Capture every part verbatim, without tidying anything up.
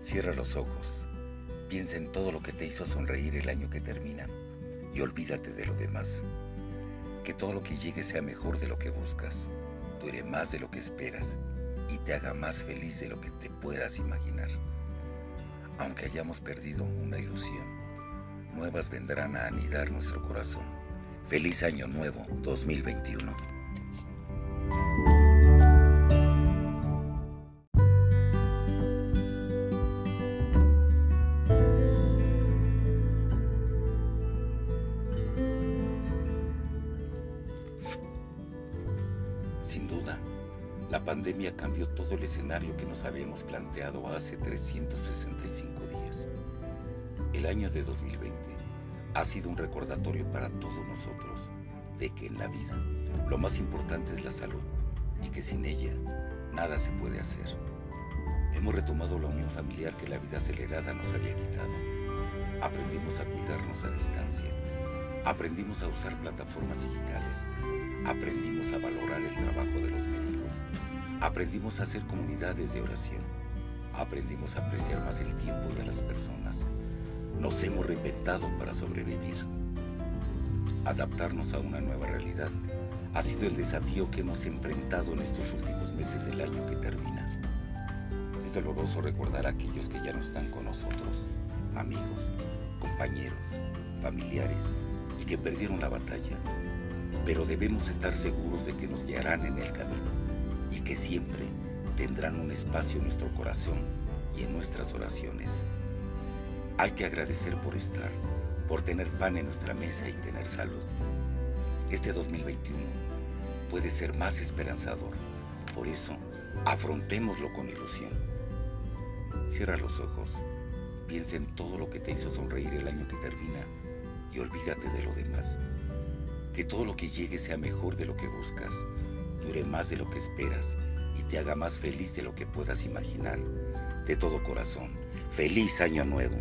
Cierra los ojos, piensa en todo lo que te hizo sonreír el año que termina y olvídate de lo demás. Que todo lo que llegue sea mejor de lo que buscas, dure más de lo que esperas y te haga más feliz de lo que te puedas imaginar. Aunque hayamos perdido una ilusión, nuevas vendrán a anidar nuestro corazón. Feliz Año Nuevo dos mil veintiuno. Sin duda, la pandemia cambió todo el escenario que nos habíamos planteado hace trescientos sesenta y cinco días. El año de dos mil veinte ha sido un recordatorio para todos nosotros de que en la vida lo más importante es la salud y que sin ella nada se puede hacer. Hemos retomado la unión familiar que la vida acelerada nos había quitado. Aprendimos a cuidarnos a distancia. Aprendimos a usar plataformas digitales. Aprendimos a valorar el trabajo de los médicos. Aprendimos a hacer comunidades de oración. Aprendimos a apreciar más el tiempo y a las personas. Nos hemos reinventado para sobrevivir. Adaptarnos a una nueva realidad ha sido el desafío que hemos enfrentado en estos últimos meses del año que termina. Es doloroso recordar a aquellos que ya no están con nosotros, amigos, compañeros, familiares, y que perdieron la batalla. Pero debemos estar seguros de que nos guiarán en el camino y que siempre tendrán un espacio en nuestro corazón y en nuestras oraciones. Hay que agradecer por estar, por tener pan en nuestra mesa y tener salud. Este dos mil veintiuno puede ser más esperanzador, por eso afrontémoslo con ilusión. Cierra los ojos, piensa en todo lo que te hizo sonreír el año que termina y olvídate de lo demás. Que todo lo que llegue sea mejor de lo que buscas, dure más de lo que esperas y te haga más feliz de lo que puedas imaginar. De todo corazón, ¡feliz Año Nuevo!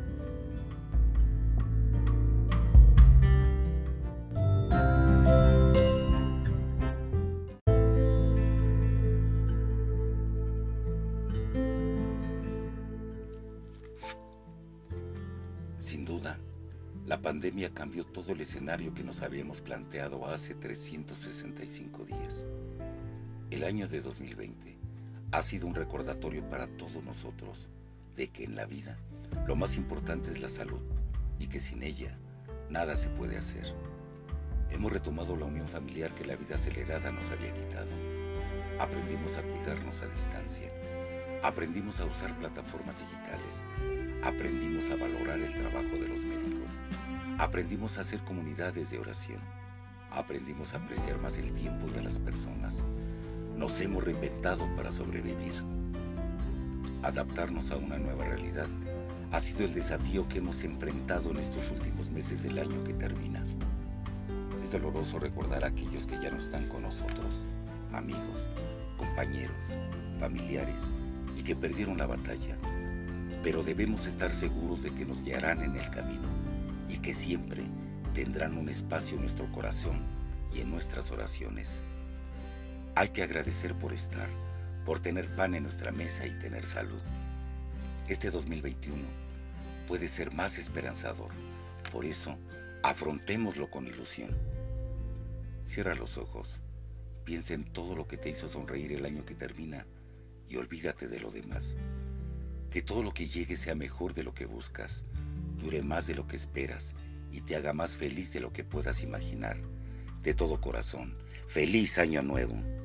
Sin duda, la pandemia cambió todo el escenario que nos habíamos planteado hace trescientos sesenta y cinco días. El año de dos mil veinte ha sido un recordatorio para todos nosotros de que en la vida lo más importante es la salud y que sin ella nada se puede hacer. Hemos retomado la unión familiar que la vida acelerada nos había quitado. Aprendimos a cuidarnos a distancia. Aprendimos a usar plataformas digitales. Aprendimos a valorar el trabajo de los médicos. Aprendimos a hacer comunidades de oración. Aprendimos a apreciar más el tiempo y a las personas. Nos hemos reinventado para sobrevivir. Adaptarnos a una nueva realidad ha sido el desafío que hemos enfrentado en estos últimos meses del año que termina. Es doloroso recordar a aquellos que ya no están con nosotros, amigos, compañeros, familiares, y que perdieron la batalla. Pero debemos estar seguros de que nos guiarán en el camino y que siempre tendrán un espacio en nuestro corazón y en nuestras oraciones. Hay que agradecer por estar, por tener pan en nuestra mesa y tener salud. Este dos mil veintiuno puede ser más esperanzador, por eso afrontémoslo con ilusión. Cierra los ojos, piensa en todo lo que te hizo sonreír el año que termina y olvídate de lo demás. Que todo lo que llegue sea mejor de lo que buscas, dure más de lo que esperas y te haga más feliz de lo que puedas imaginar. De todo corazón, ¡feliz Año Nuevo!